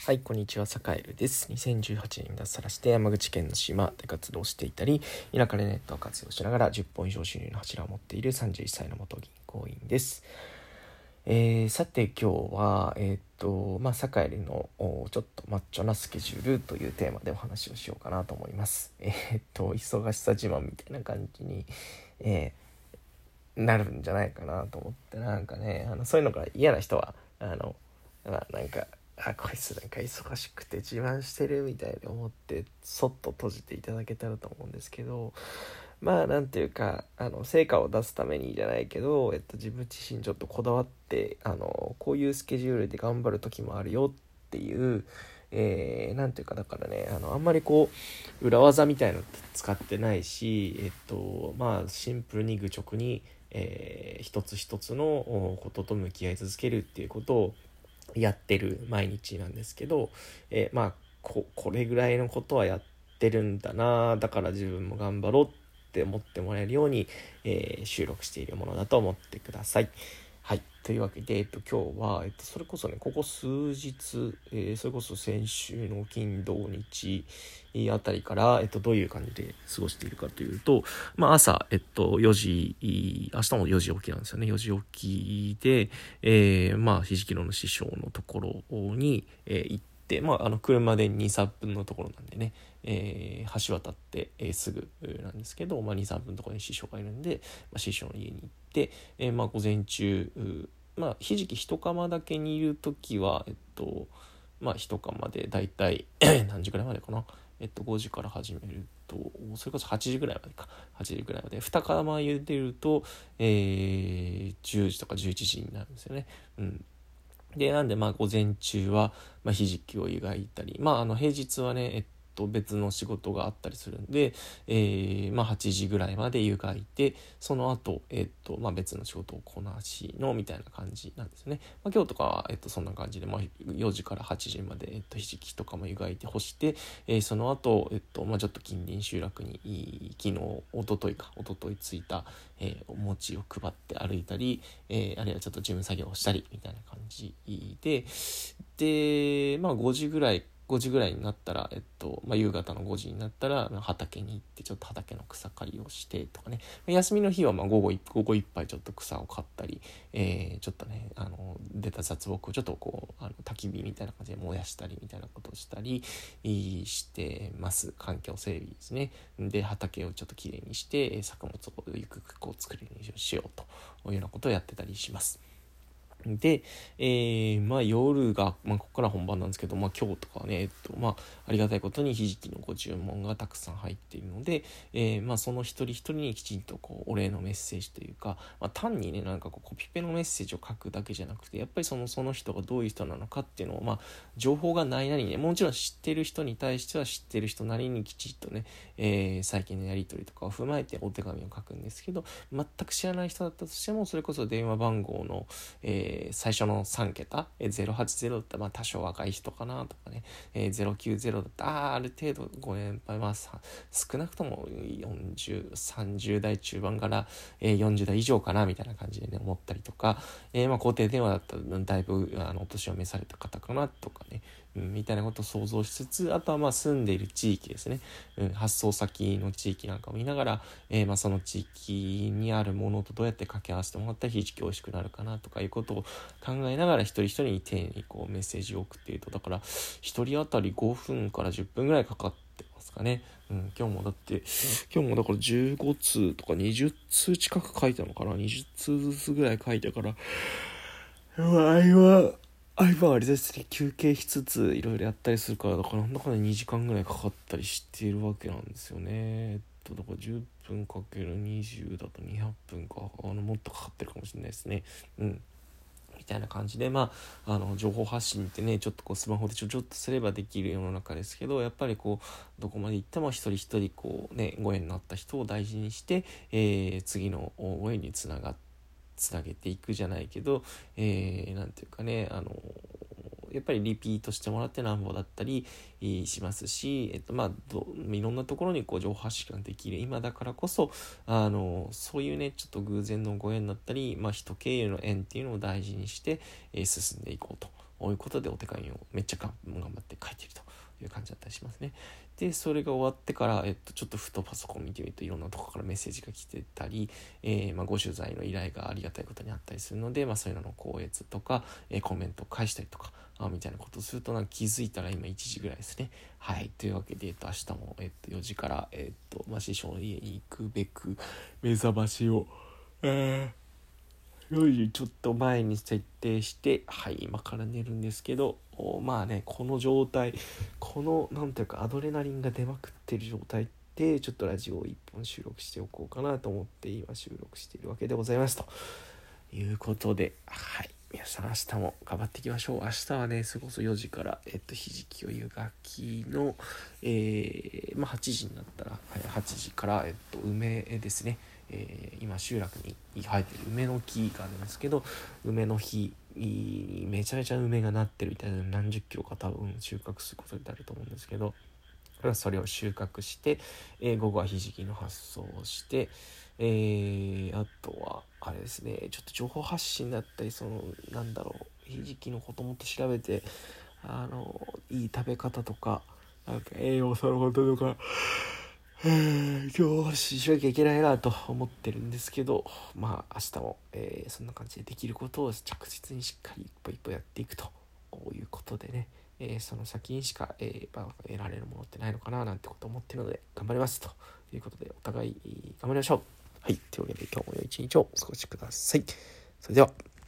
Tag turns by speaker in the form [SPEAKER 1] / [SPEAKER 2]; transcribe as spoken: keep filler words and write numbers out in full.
[SPEAKER 1] はい、こんにちは、サカエルです。にせんじゅうはちねんに脱サラして山口県の島で活動していたり、田舎でネットを活用しながらじゅっぽん以上収入の柱を持っているさんじゅういっさいの元銀行員です。えー、さて今日は、えーっと、まあ、サカエルのちょっとマッチョなスケジュールというテーマでお話をしようかなと思います。えーっと、忙しさ自慢みたいな感じに、えーなるんじゃないかなと思って、なんかね、あのそういうのが嫌な人は、あの、まあ、なんか、あ、こいつなんか忙しくて自慢してるみたいに思ってそっと閉じていただけたらと思うんですけど、まあなんていうか、あの成果を出すためにじゃないけど、えっと、自分自身ちょっとこだわって、あのこういうスケジュールで頑張る時もあるよっていう、えー、なんていうか、だからね、あのあんまりこう裏技みたいのって使ってないし、えっとまあシンプルに愚直に、えー、一つ一つのことと向き合い続けるっていうことをやってる毎日なんですけど、えー、まあ こ, これぐらいのことはやってるんだな、だから自分も頑張ろうって思ってもらえるように、えー、収録しているものだと思ってください。はい、というわけで、えっと、今日は、えっと、それこそね、ここ数日、えー、それこそ先週の金土日あたりから、えっと、どういう感じで過ごしているかというと、まあ、朝、えっと、よじ、明日もよじ起きなんですよね。よじ起きで、えー、まあ、ひじきの師匠のところに、えー、行って、まあ、あの、車でに、さんぷんのところなんでね、えー、橋渡って、えー、すぐなんですけど、まあ、に、さんぷんのところに師匠がいるんで、まあ、師匠の家に行って、えー、まあ、午前中、まあ、ひじき一釜だけにいるときは、えっと、まあ、一釜でだいたい何時ぐらいまでかな。えっと、ごじから始めると、それこそはちじぐらいまでか。はちじぐらいまで。に釜茹でると、えー、じゅうじとかじゅういちじになるんですよね。うん。で、なんで、まあ、午前中は、まあ、ひじきを湯がいたり、まあ、あの、平日はね、えっと、別の仕事があったりするんで、えー、まあ、はちじぐらいまで湯がいて、その後、えっと、まあ、別の仕事をこなしの、みたいな感じなんですね。まあ、今日とかは、えっと、そんな感じで、まあ、よじからはちじまで、えっと、ひじきとかも湯がいて干して、えー、その後、えっと、まあ、ちょっと近隣集落に、昨日、一昨日か、一昨日着いた、えー、お餅を配って歩いたり、えー、あるいはちょっと事務作業をしたり、みたいな感じで、で、まあごじぐらい、ごじぐらいになったら、えっと、まあ夕方のごじになったら、畑に行って、ちょっと畑の草刈りをしてとかね、休みの日はまあ午後い、午後いっぱいちょっと草を刈ったり、えー、ちょっとね、あの、出た雑木をちょっとこう、あの焚き火みたいな感じで燃やしたりみたいなことをしたりしてます。環境整備ですね。で、畑をちょっときれいにして、作物をゆくゆくこう作れるようにしようというようなことをやってたりします。で、えー、まあ夜が、まあここから本番なんですけど、まあ今日とかはね、えっと、まあありがたいことにひじきのご注文がたくさん入っているので、えー、まあその一人一人にきちんとこうお礼のメッセージというか、まあ単にね、なんかこうコピペのメッセージを書くだけじゃなくて、やっぱりそのその人がどういう人なのかっていうのを、まあ情報がないなりにね、もちろん知ってる人に対しては知ってる人なりにきちっとね、えー、最近のやり取りとかを踏まえてお手紙を書くんですけど、全く知らない人だったとしても、それこそ電話番号の、えー最初のさん桁、えー、ゼロはちゼロだったらまあ多少若い人かなとかね、えー、ゼロきゅうゼロだったら あ, ある程度ご年配、まあ少なくともよんじゅう、さんじゅう代中盤から、えー、よんじゅう代以上かなみたいな感じでね思ったりとか、えー、まあ固定電話だったらだいぶあのお年を召された方かなとかね、うん、みたいなことを想像しつつ、あとはまあ住んでいる地域ですね、うん、発送先の地域なんかを見ながら、えー、まあその地域にあるものとどうやって掛け合わせてもらったらひじき美味しくなるかなとかいうことを考えながら一人一人に丁寧にこうメッセージを送っていると、だから一人当たりごふんからじゅっぷんぐらいかかってますかね。うん、今日もだって今日もだからじゅうご通とかにじゅう通近く書いたのかな、にじゅう通ずつぐらい書いたから、うわあ今今あれですね、休憩しつついろいろやったりするから、だからなんだかねにじかんぐらいかかったりしているわけなんですよね。えっとだからじゅっぷんかけるにじゅうだとにひゃっぷんか、あのもっとかかってるかもしれないですね。うんみたいな感じで、まあ、あの情報発信ってねちょっとこうスマホでちょちょっとすればできる世の中ですけど、やっぱりこうどこまで行っても一人一人こうねご縁になった人を大事にして、えー、次のご縁につながつなげていくじゃないけど、えー、なんていうかね、あのやっぱりリピートしてもらってなんぼだったりしますし、えっとまあどいろんなところにこう情報発信ができる今だからこそ、あのそういうねちょっと偶然のご縁だったり、まあ、人経由の縁っていうのを大事にして、えー、進んでいこうということでお手紙をめっちゃ頑張って書いているという感じだったりしますね。でそれが終わってから、えっと、ちょっとふとパソコンを見てみるといろんなところからメッセージが来てたり、えーまあ、ご取材の依頼がありがたいことにあったりするので、まあ、そういうのの校閲とか、えー、コメントを返したりとかあみたいなことをするとなんか気づいたら今いちじぐらいですね。はいというわけで、えっと、明日も、えっと、よじから、えっとまあ、師匠の家に行くべく目覚ましを、えーよじちょっと前に設定して、はい今から寝るんですけど、まあねこの状態、このなんていうかアドレナリンが出まくってる状態でちょっとラジオをいっぽん収録しておこうかなと思って今収録しているわけでございますということで、はい皆さん明日も頑張っていきましょう。明日はねそれこそよじから、えっと、ひじきをいう楽器の、えーまあ、はちじになったら、はい、はちじから、えっと、梅ですね、えー、今集落に生えてる梅の木があるんですけど、梅の木にめちゃめちゃ梅がなってるみたいな、何十キロか多分収穫することになると思うんですけど、それを収穫して、えー、午後はひじきの発送をして、えー、あとはあれですね、ちょっと情報発信だったり、そのなんだろうひじきのこともっと調べて、あのいい食べ方とかなんか栄養素のこととか今日しなきゃいけないなと思ってるんですけど、まあ明日も、えー、そんな感じでできることを着実にしっかり一歩一歩やっていくということでね、えー、その先にしか、えー、得られるものってないのかななんてことを思ってるので頑張りますということで、お互い頑張りましょう。はい、というわけで今日も良い一日をお過ごしください。それでは。